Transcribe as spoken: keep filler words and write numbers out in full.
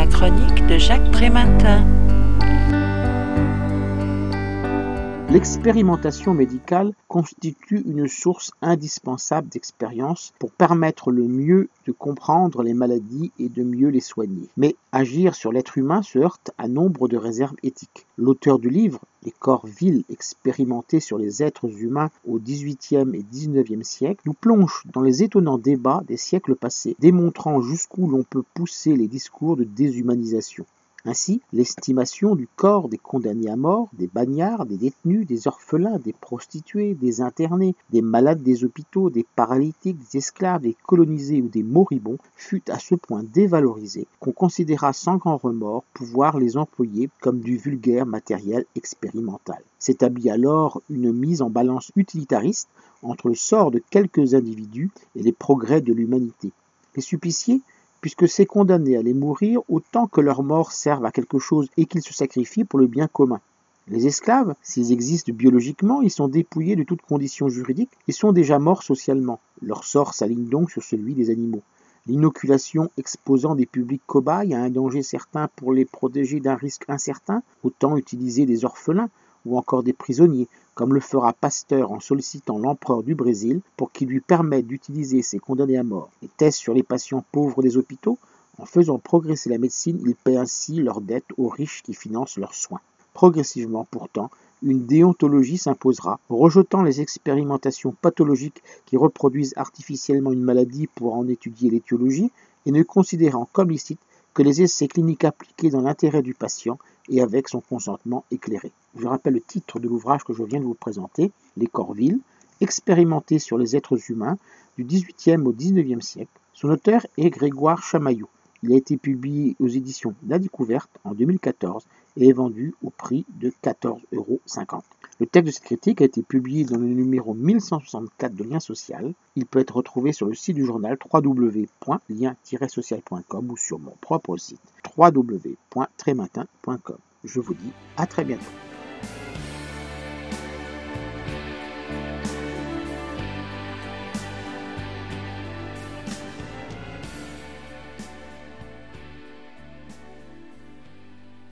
chronique de Jacques Trématin. L'expérimentation médicale constitue une source indispensable d'expérience pour permettre le mieux de comprendre les maladies et de mieux les soigner. Mais agir sur l'être humain se heurte à nombre de réserves éthiques. L'auteur du livre « Les corps vils expérimentés sur les êtres humains au dix-huitième et dix-neuvième siècle » nous plonge dans les étonnants débats des siècles passés, démontrant jusqu'où l'on peut pousser les discours de déshumanisation. Ainsi, l'estimation du corps des condamnés à mort, des bagnards, des détenus, des orphelins, des prostituées, des internés, des malades des hôpitaux, des paralytiques, des esclaves, des colonisés ou des moribonds fut à ce point dévalorisée qu'on considéra sans grand remords pouvoir les employer comme du vulgaire matériel expérimental. S'établit alors une mise en balance utilitariste entre le sort de quelques individus et les progrès de l'humanité. Les suppliciés, puisque ces condamnés allaient mourir autant que leur mort serve à quelque chose et qu'ils se sacrifient pour le bien commun. Les esclaves, s'ils existent biologiquement, ils sont dépouillés de toute condition juridique et sont déjà morts socialement. Leur sort s'aligne donc sur celui des animaux. L'inoculation exposant des publics cobayes à un danger certain pour les protéger d'un risque incertain, autant utiliser des orphelins ou encore des prisonniers, comme le fera Pasteur en sollicitant l'empereur du Brésil pour qu'il lui permette d'utiliser ses condamnés à mort. Les tests sur les patients pauvres des hôpitaux, en faisant progresser la médecine, ils paient ainsi leurs dettes aux riches qui financent leurs soins. Progressivement pourtant, une déontologie s'imposera, rejetant les expérimentations pathologiques qui reproduisent artificiellement une maladie pour en étudier l'étiologie et ne considérant comme licite que les essais cliniques appliqués dans l'intérêt du patient et avec son consentement éclairé. Je rappelle le titre de l'ouvrage que je viens de vous présenter, « Les corps vils, expérimentés sur les êtres humains du dix-huitième au dix-neuvième siècle ». Son auteur est Grégoire Chamaillot. Il a été publié aux éditions La Découverte en deux mille quatorze et est vendu au prix de quatorze euros cinquante. Le texte de cette critique a été publié dans le numéro mille cent soixante-quatre de Lien Social. Il peut être retrouvé sur le site du journal w w w point lien tiret social point com ou sur mon propre site w w w point trématin point com. Je vous dis à très bientôt.